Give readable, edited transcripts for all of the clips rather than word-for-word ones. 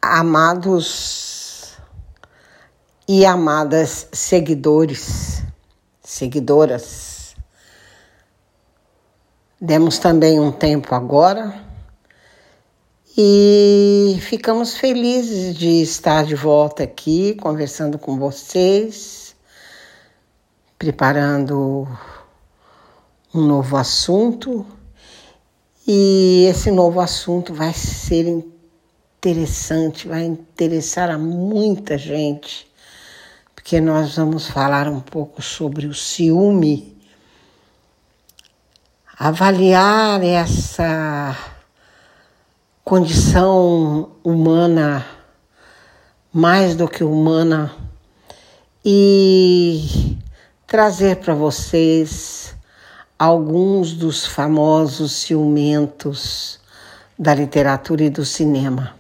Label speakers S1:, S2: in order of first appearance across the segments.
S1: Amados e amadas seguidoras, demos também um tempo agora e ficamos felizes de estar de volta aqui, conversando com vocês, preparando um novo assunto. E esse novo assunto vai ser interessante, vai interessar a muita gente, porque nós vamos falar um pouco sobre o ciúme, avaliar essa condição humana, mais do que humana, e trazer para vocês alguns dos famosos ciumentos da literatura e do cinema.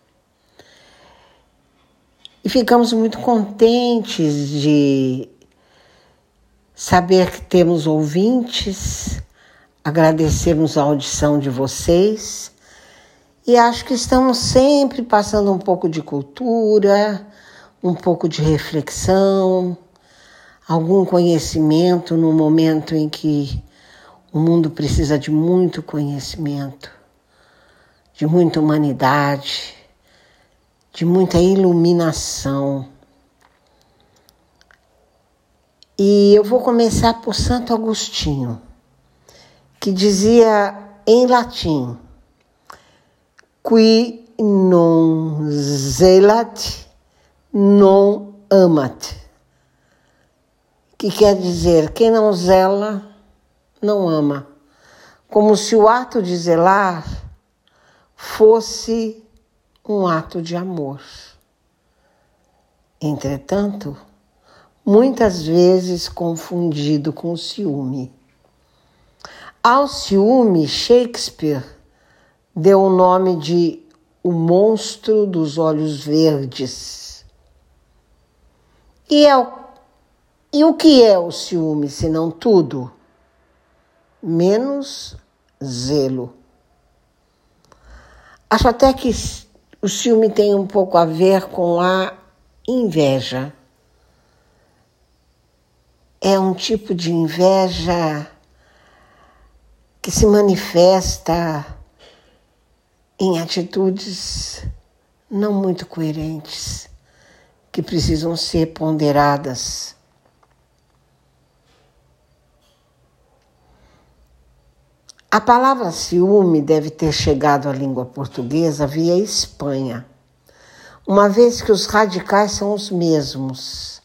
S1: E ficamos muito contentes de saber que temos ouvintes, agradecemos a audição de vocês e acho que estamos sempre passando um pouco de cultura, um pouco de reflexão, algum conhecimento no momento em que o mundo precisa de muito conhecimento, de muita humanidade, de muita iluminação. E eu vou começar por Santo Agostinho, que dizia em latim: qui non zelat, non amat. Que quer dizer, quem não zela, não ama. Como se o ato de zelar fosse um ato de amor. Entretanto, muitas vezes confundido com ciúme. Ao ciúme, Shakespeare deu o nome de o monstro dos olhos verdes. E o que é o ciúme, senão tudo? Menos zelo. Acho até que o ciúme tem um pouco a ver com a inveja. É um tipo de inveja que se manifesta em atitudes não muito coerentes, que precisam ser ponderadas. A palavra ciúme deve ter chegado à língua portuguesa via Espanha, uma vez que os radicais são os mesmos.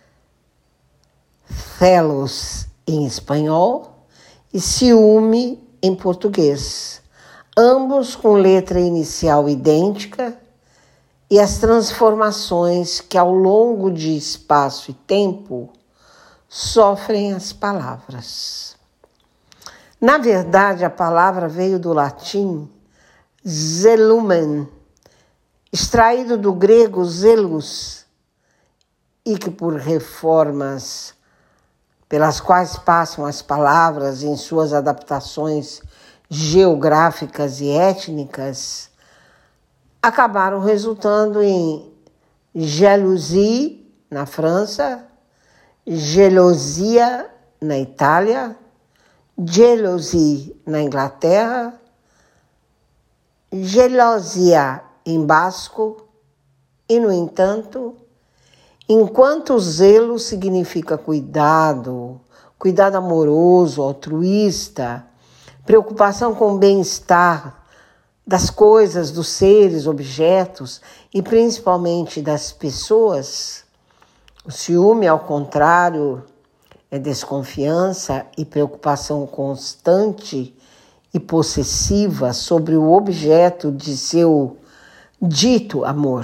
S1: Celos em espanhol e ciúme em português, ambos com letra inicial idêntica, e as transformações que ao longo de espaço e tempo sofrem as palavras. Na verdade, a palavra veio do latim zelumen, extraído do grego zelus, e que por reformas pelas quais passam as palavras em suas adaptações geográficas e étnicas, acabaram resultando em jalousie na França, gelosia na Itália, jalousie na Inglaterra, gelosia em basco e, no entanto, enquanto o zelo significa cuidado amoroso, altruísta, preocupação com o bem-estar das coisas, dos seres, objetos e principalmente das pessoas, o ciúme, ao contrário, é desconfiança e preocupação constante e possessiva sobre o objeto de seu dito amor.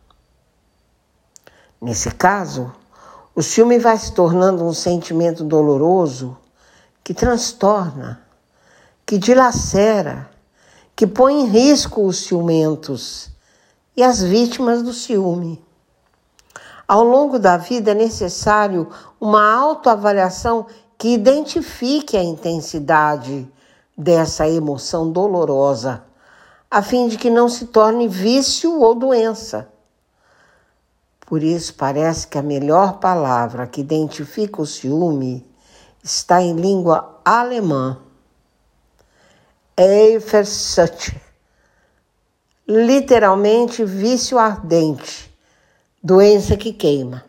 S1: Nesse caso, o ciúme vai se tornando um sentimento doloroso que transtorna, que dilacera, que põe em risco os ciumentos e as vítimas do ciúme. Ao longo da vida é necessário uma autoavaliação que identifique a intensidade dessa emoção dolorosa, a fim de que não se torne vício ou doença. Por isso, parece que a melhor palavra que identifica o ciúme está em língua alemã. Eifersucht, literalmente vício ardente, doença que queima.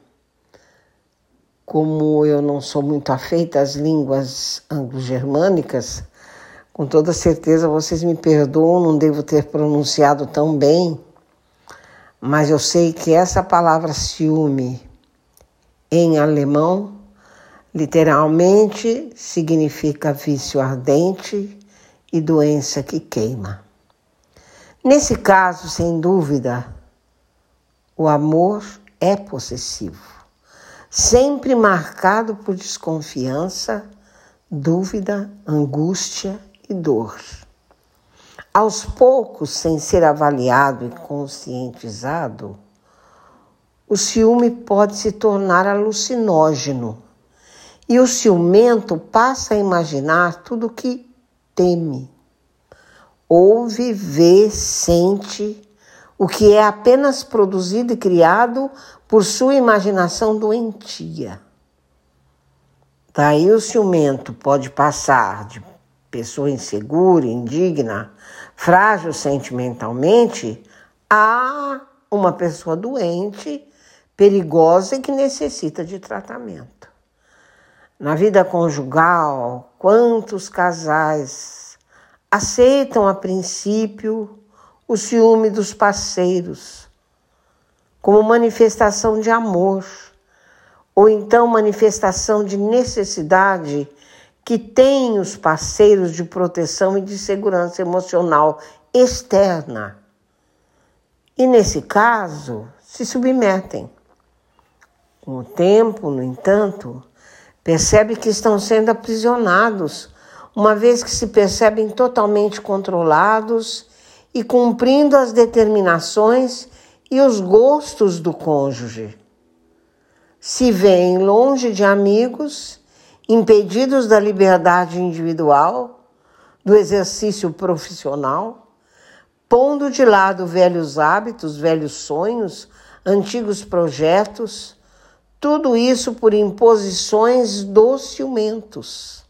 S1: Como eu não sou muito afeita às línguas anglo-germânicas, com toda certeza vocês me perdoam, não devo ter pronunciado tão bem, mas eu sei que essa palavra ciúme em alemão literalmente significa vício ardente e doença que queima. Nesse caso, sem dúvida, o amor é possessivo, sempre marcado por desconfiança, dúvida, angústia e dor. Aos poucos, sem ser avaliado e conscientizado, o ciúme pode se tornar alucinógeno e o ciumento passa a imaginar tudo o que teme, ouve, vê, sente, o que é apenas produzido e criado por sua imaginação doentia. Daí o ciumento pode passar de pessoa insegura, indigna, frágil sentimentalmente, a uma pessoa doente, perigosa e que necessita de tratamento. Na vida conjugal, quantos casais aceitam a princípio o ciúme dos parceiros como manifestação de amor, ou então manifestação de necessidade que têm os parceiros de proteção e de segurança emocional externa. E nesse caso, se submetem. Com o tempo, no entanto, percebe que estão sendo aprisionados, uma vez que se percebem totalmente controlados e cumprindo as determinações e os gostos do cônjuge. Se veem longe de amigos, impedidos da liberdade individual, do exercício profissional, pondo de lado velhos hábitos, velhos sonhos, antigos projetos, tudo isso por imposições dos ciumentos.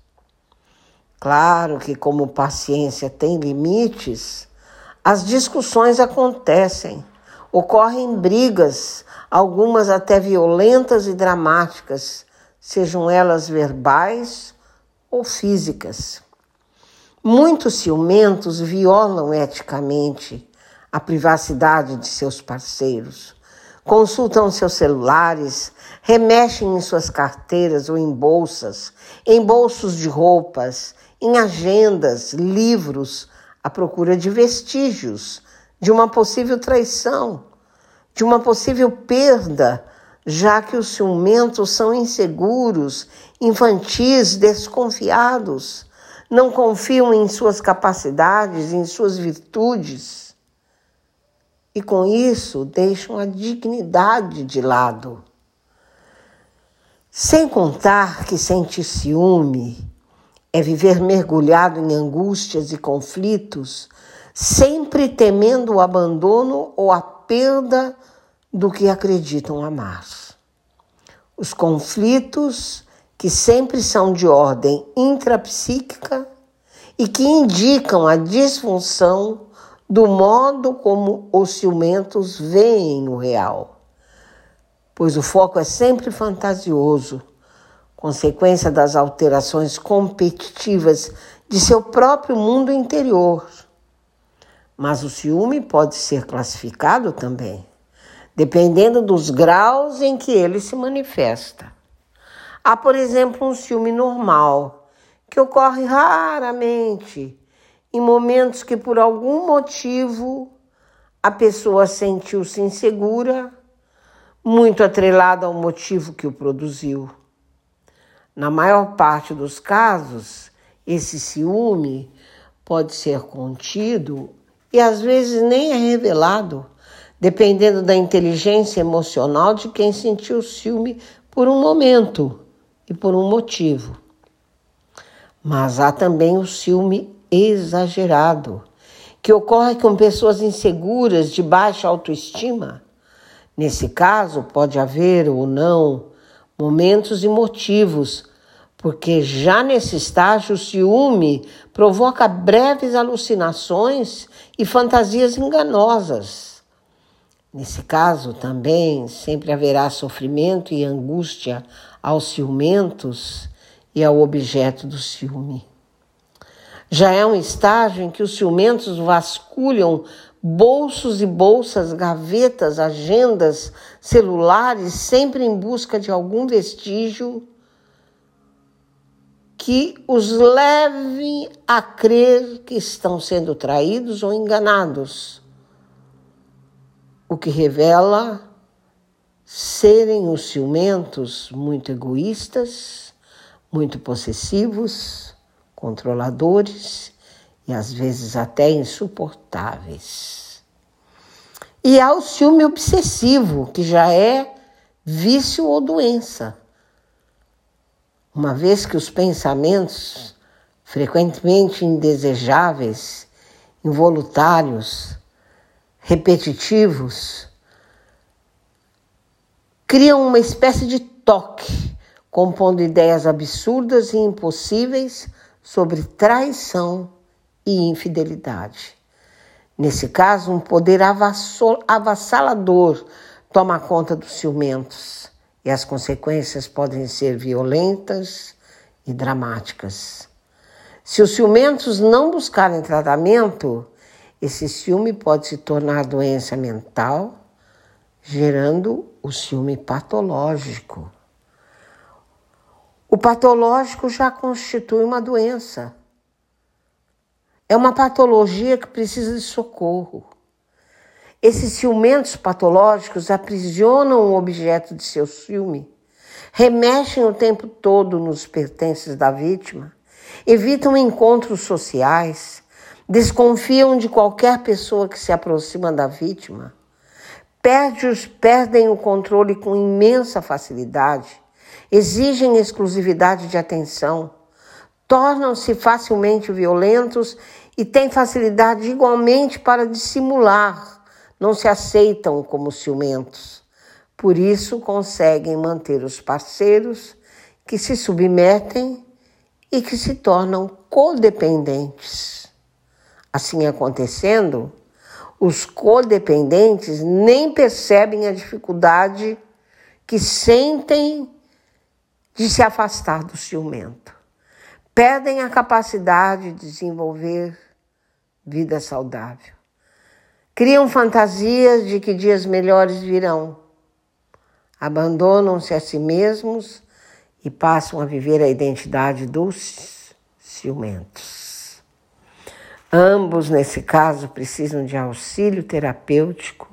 S1: Claro que, como paciência tem limites, as discussões acontecem, ocorrem brigas, algumas até violentas e dramáticas, sejam elas verbais ou físicas. Muitos ciumentos violam eticamente a privacidade de seus parceiros, consultam seus celulares, remexem em suas carteiras ou em bolsas, em bolsos de roupas, em agendas, livros, à procura de vestígios, de uma possível traição, de uma possível perda, já que os ciumentos são inseguros, infantis, desconfiados, não confiam em suas capacidades, em suas virtudes, e com isso deixam a dignidade de lado. Sem contar que sentir ciúme é viver mergulhado em angústias e conflitos, sempre temendo o abandono ou a perda do que acreditam amar. Os conflitos, que sempre são de ordem intrapsíquica e que indicam a disfunção do modo como os ciumentos veem o real. Pois o foco é sempre fantasioso, consequência das alterações competitivas de seu próprio mundo interior. Mas o ciúme pode ser classificado também, dependendo dos graus em que ele se manifesta. Há, por exemplo, um ciúme normal, que ocorre raramente, em momentos que por algum motivo a pessoa sentiu-se insegura, muito atrelada ao motivo que o produziu. Na maior parte dos casos, esse ciúme pode ser contido e às vezes nem é revelado, dependendo da inteligência emocional de quem sentiu ciúme por um momento e por um motivo. Mas há também o ciúme exagerado, que ocorre com pessoas inseguras, de baixa autoestima. Nesse caso, pode haver ou não momentos e motivos, porque já nesse estágio o ciúme provoca breves alucinações e fantasias enganosas. Nesse caso também sempre haverá sofrimento e angústia aos ciumentos e ao objeto do ciúme. Já é um estágio em que os ciumentos vasculham bolsos e bolsas, gavetas, agendas, celulares, sempre em busca de algum vestígio que os leve a crer que estão sendo traídos ou enganados, o que revela serem os ciumentos muito egoístas, muito possessivos, controladores e às vezes até insuportáveis. E há o ciúme obsessivo, que já é vício ou doença, uma vez que os pensamentos, frequentemente indesejáveis, involuntários, repetitivos, criam uma espécie de toque, compondo ideias absurdas e impossíveis sobre traição e infidelidade. Nesse caso, um poder avassalador toma conta dos ciumentos e as consequências podem ser violentas e dramáticas. Se os ciumentos não buscarem tratamento, esse ciúme pode se tornar doença mental, gerando o ciúme patológico. O patológico já constitui uma doença. É uma patologia que precisa de socorro. Esses ciumentos patológicos aprisionam o objeto de seu ciúme, remexem o tempo todo nos pertences da vítima, evitam encontros sociais, desconfiam de qualquer pessoa que se aproxima da vítima, perdem o controle com imensa facilidade, exigem exclusividade de atenção, tornam-se facilmente violentos e têm facilidade igualmente para dissimular, não se aceitam como ciumentos. Por isso conseguem manter os parceiros que se submetem e que se tornam codependentes. Assim acontecendo, os codependentes nem percebem a dificuldade que sentem de se afastar do ciumento. Perdem a capacidade de desenvolver vida saudável. Criam fantasias de que dias melhores virão. Abandonam-se a si mesmos e passam a viver a identidade dos ciumentos. Ambos, nesse caso, precisam de auxílio terapêutico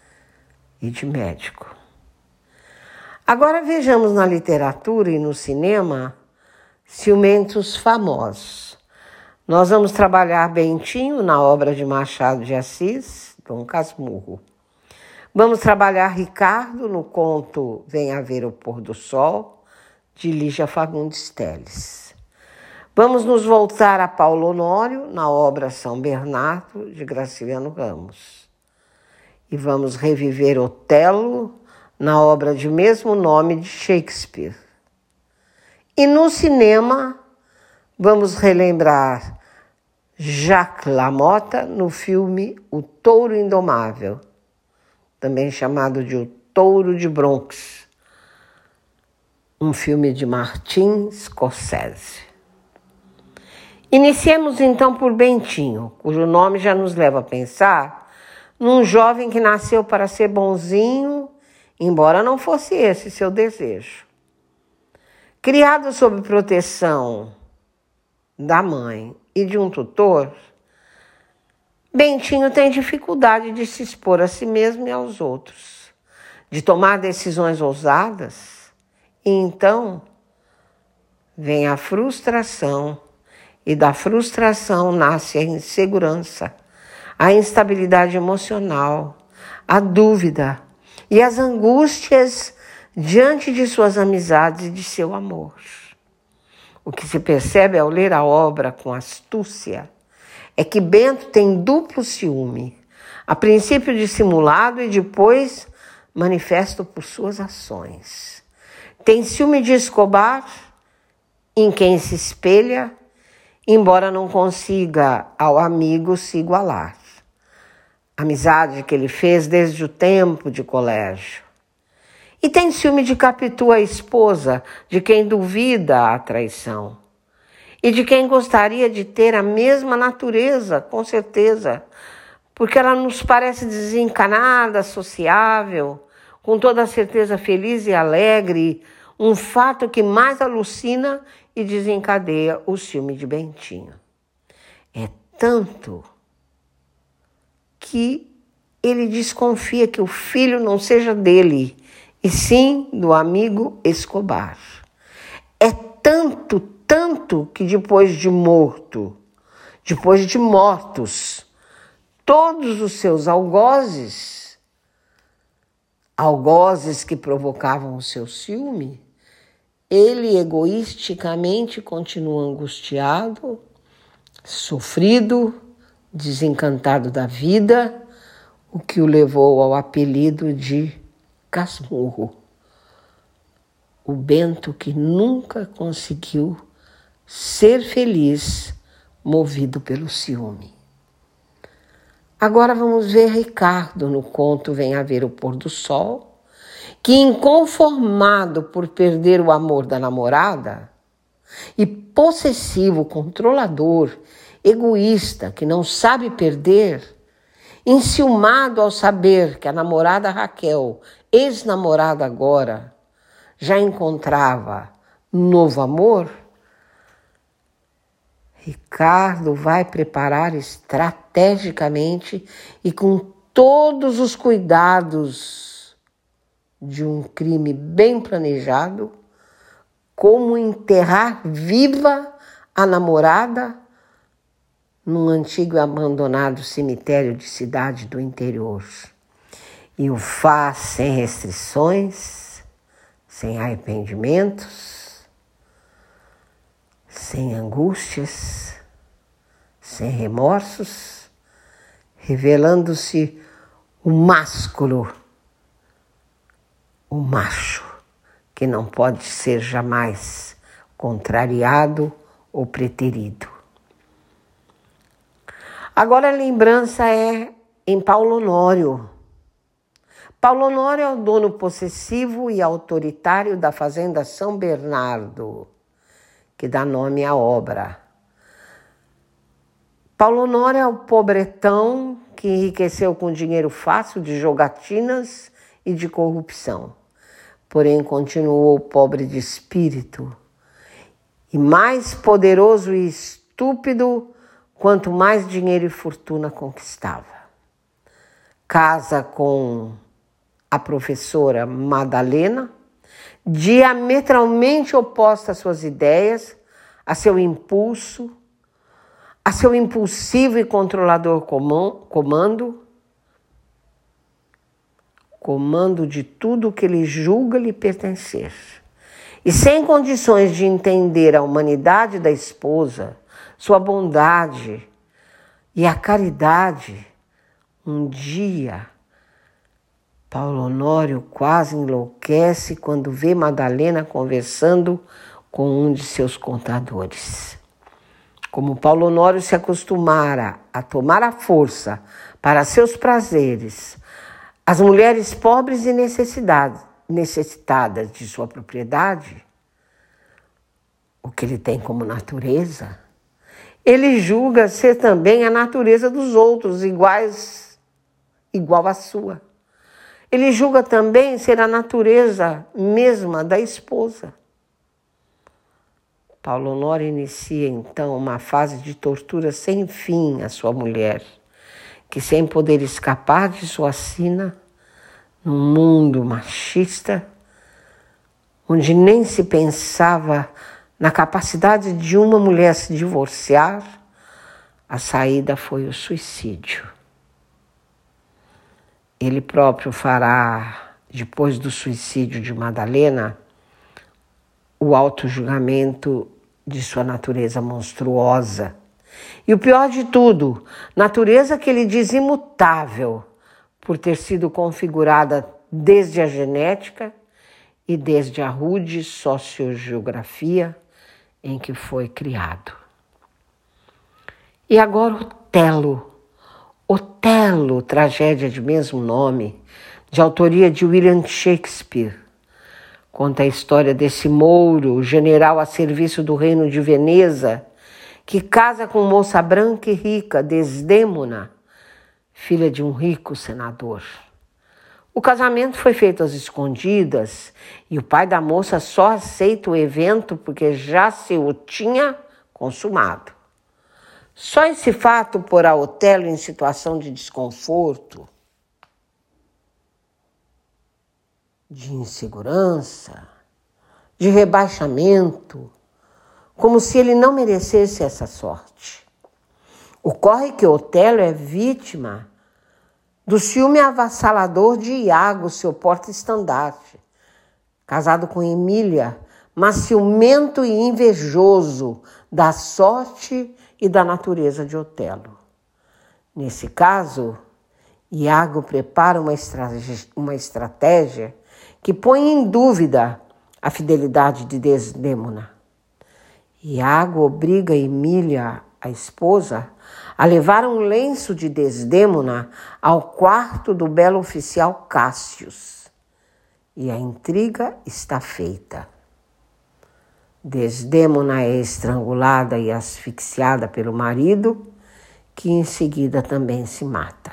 S1: e de médico. Agora vejamos na literatura e no cinema ciumentos famosos. Nós vamos trabalhar Bentinho na obra de Machado de Assis, Dom Casmurro. Vamos trabalhar Ricardo no conto Venha Ver o Pôr do Sol, de Lígia Fagundes Telles. Vamos nos voltar a Paulo Honório na obra São Bernardo, de Graciliano Ramos. E vamos reviver Otelo na obra de mesmo nome de Shakespeare. E no cinema, vamos relembrar Jacques Lamotta no filme O Touro Indomável, também chamado de O Touro de Bronx, um filme de Martin Scorsese. Iniciemos então por Bentinho, cujo nome já nos leva a pensar num jovem que nasceu para ser bonzinho, embora não fosse esse seu desejo. Criado sob proteção da mãe e de um tutor, Bentinho tem dificuldade de se expor a si mesmo e aos outros, de tomar decisões ousadas, e então vem a frustração, e da frustração nasce a insegurança, a instabilidade emocional, a dúvida e as angústias diante de suas amizades e de seu amor. O que se percebe ao ler a obra com astúcia é que Bento tem duplo ciúme, a princípio dissimulado e depois manifesto por suas ações. Tem ciúme de Escobar, em quem se espelha, embora não consiga ao amigo se igualar. Amizade que ele fez desde o tempo de colégio. E tem ciúme de Capitu, a esposa, de quem duvida a traição. E de quem gostaria de ter a mesma natureza, com certeza, porque ela nos parece desencanada, sociável, com toda a certeza feliz e alegre, um fato que mais alucina e desencadeia o ciúme de Bentinho. É tanto que ele desconfia que o filho não seja dele, e sim do amigo Escobar. É tanto que depois de mortos, todos os seus algozes que provocavam o seu ciúme, ele egoisticamente continua angustiado, sofrido, desencantado da vida, o que o levou ao apelido de Casmurro, o Bento que nunca conseguiu ser feliz, movido pelo ciúme. Agora vamos ver Ricardo no conto Venha Ver o Pôr do Sol, que, inconformado por perder o amor da namorada, e possessivo, controlador, egoísta, que não sabe perder, enciumado ao saber que a namorada Raquel, ex-namorada agora, já encontrava novo amor, Ricardo vai preparar estrategicamente e com todos os cuidados de um crime bem planejado, como enterrar viva a namorada num antigo e abandonado cemitério de cidade do interior. E o faz sem restrições, sem arrependimentos, sem angústias, sem remorsos, revelando-se o másculo, o macho, que não pode ser jamais contrariado ou preterido. Agora a lembrança é em Paulo Honório. Paulo Honório é o dono possessivo e autoritário da fazenda São Bernardo, que dá nome à obra. Paulo Honório é o pobretão que enriqueceu com dinheiro fácil de jogatinas e de corrupção, porém continuou pobre de espírito e mais poderoso e estúpido quanto mais dinheiro e fortuna conquistava. Casa com a professora Madalena, diametralmente oposta às suas ideias, a seu impulso, a seu impulsivo e controlador comando de tudo que ele julga lhe pertencer. E sem condições de entender a humanidade da esposa, sua bondade e a caridade, um dia Paulo Honório quase enlouquece quando vê Madalena conversando com um de seus contadores. Como Paulo Honório se acostumara a tomar à força para seus prazeres as mulheres pobres e necessitadas de sua propriedade, o que ele tem como natureza, ele julga ser também a natureza dos outros igual à sua. Ele julga também ser a natureza mesma da esposa. Paulo Honório inicia então uma fase de tortura sem fim à sua mulher, que sem poder escapar de sua sina, num mundo machista, onde nem se pensava na capacidade de uma mulher se divorciar, a saída foi o suicídio. Ele próprio fará, depois do suicídio de Madalena, o autojulgamento de sua natureza monstruosa E o pior de tudo, natureza que ele diz imutável, por ter sido configurada desde a genética e desde a rude sociogeografia em que foi criado. E agora Otelo, tragédia de mesmo nome, de autoria de William Shakespeare, conta a história desse mouro, general a serviço do reino de Veneza, que casa com moça branca e rica, Desdémona, filha de um rico senador. O casamento foi feito às escondidas e o pai da moça só aceita o evento porque já se o tinha consumado. Só esse fato porá Otelo em situação de desconforto, de insegurança, de rebaixamento, como se ele não merecesse essa sorte. Ocorre que Otelo é vítima do ciúme avassalador de Iago, seu porta-estandarte, casado com Emília, mas ciumento e invejoso da sorte e da natureza de Otelo. Nesse caso, Iago prepara uma estratégia que põe em dúvida a fidelidade de Desdémona. Iago obriga Emília, a esposa, a levar um lenço de Desdémona ao quarto do belo oficial Cássius. E a intriga está feita. Desdémona é estrangulada e asfixiada pelo marido, que em seguida também se mata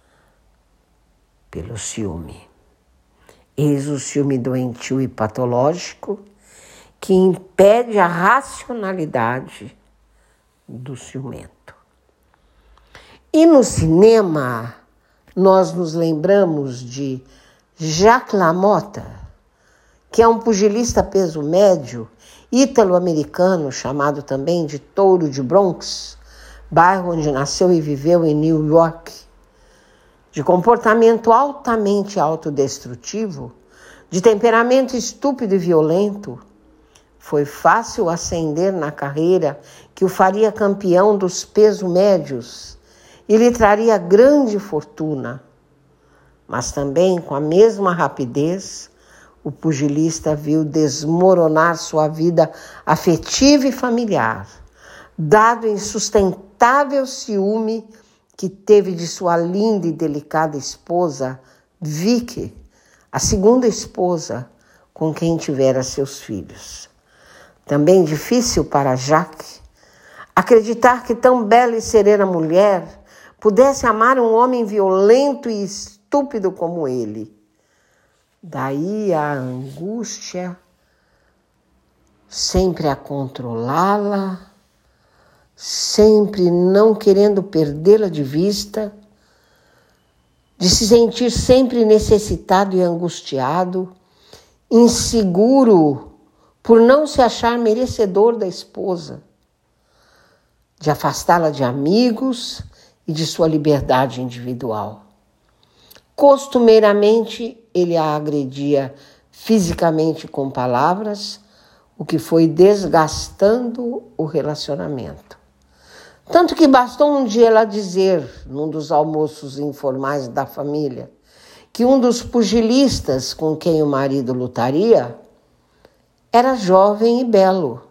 S1: pelo ciúme. Eis o ciúme doentio e patológico que impede a racionalidade do ciumento. E no cinema, nós nos lembramos de Jacques LaMotta, que é um pugilista peso médio, ítalo-americano, chamado também de Touro de Bronx, bairro onde nasceu e viveu em New York, de comportamento altamente autodestrutivo, de temperamento estúpido e violento. Foi fácil ascender na carreira que o faria campeão dos pesos médios e lhe traria grande fortuna. Mas também, com a mesma rapidez, o pugilista viu desmoronar sua vida afetiva e familiar, dado o insustentável ciúme que teve de sua linda e delicada esposa, Vicky, a segunda esposa com quem tivera seus filhos. Também difícil para Jacques acreditar que tão bela e serena mulher pudesse amar um homem violento e estúpido como ele. Daí a angústia, sempre a controlá-la, sempre não querendo perdê-la de vista, de se sentir sempre necessitado e angustiado, inseguro por não se achar merecedor da esposa, de afastá-la de amigos e de sua liberdade individual. Costumeiramente, ele a agredia fisicamente com palavras, o que foi desgastando o relacionamento. Tanto que bastou um dia ela dizer, num dos almoços informais da família, que um dos pugilistas com quem o marido lutaria era jovem e belo.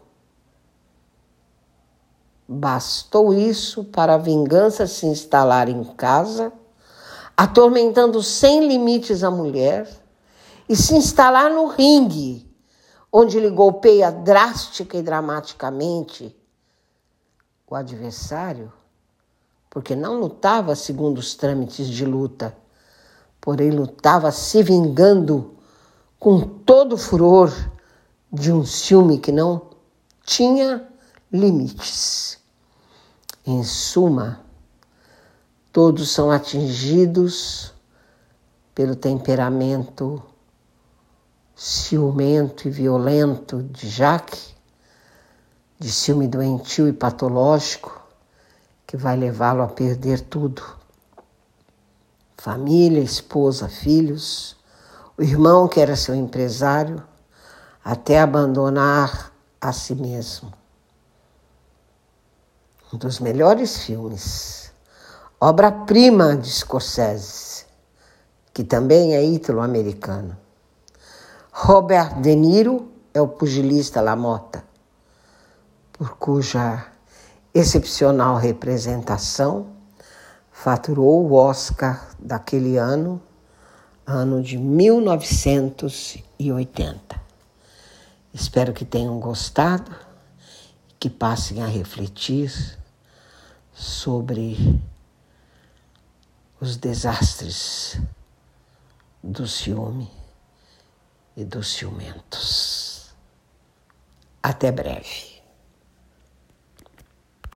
S1: Bastou isso para a vingança se instalar em casa, atormentando sem limites a mulher, e se instalar no ringue, onde ele golpeia drástica e dramaticamente o adversário, porque não lutava segundo os trâmites de luta, porém lutava se vingando com todo o furor de um ciúme que não tinha limites. Em suma, todos são atingidos pelo temperamento ciumento e violento de Jacques, de ciúme doentio e patológico, que vai levá-lo a perder tudo. Família, esposa, filhos, o irmão que era seu empresário, até abandonar a si mesmo. um dos melhores filmes, obra-prima de Scorsese, que também é ítalo-americano. Robert De Niro é o pugilista LaMotta, por cuja excepcional representação faturou o Oscar daquele ano de 1980. Espero que tenham gostado, que passem a refletir sobre os desastres do ciúme e dos ciumentos. Até breve.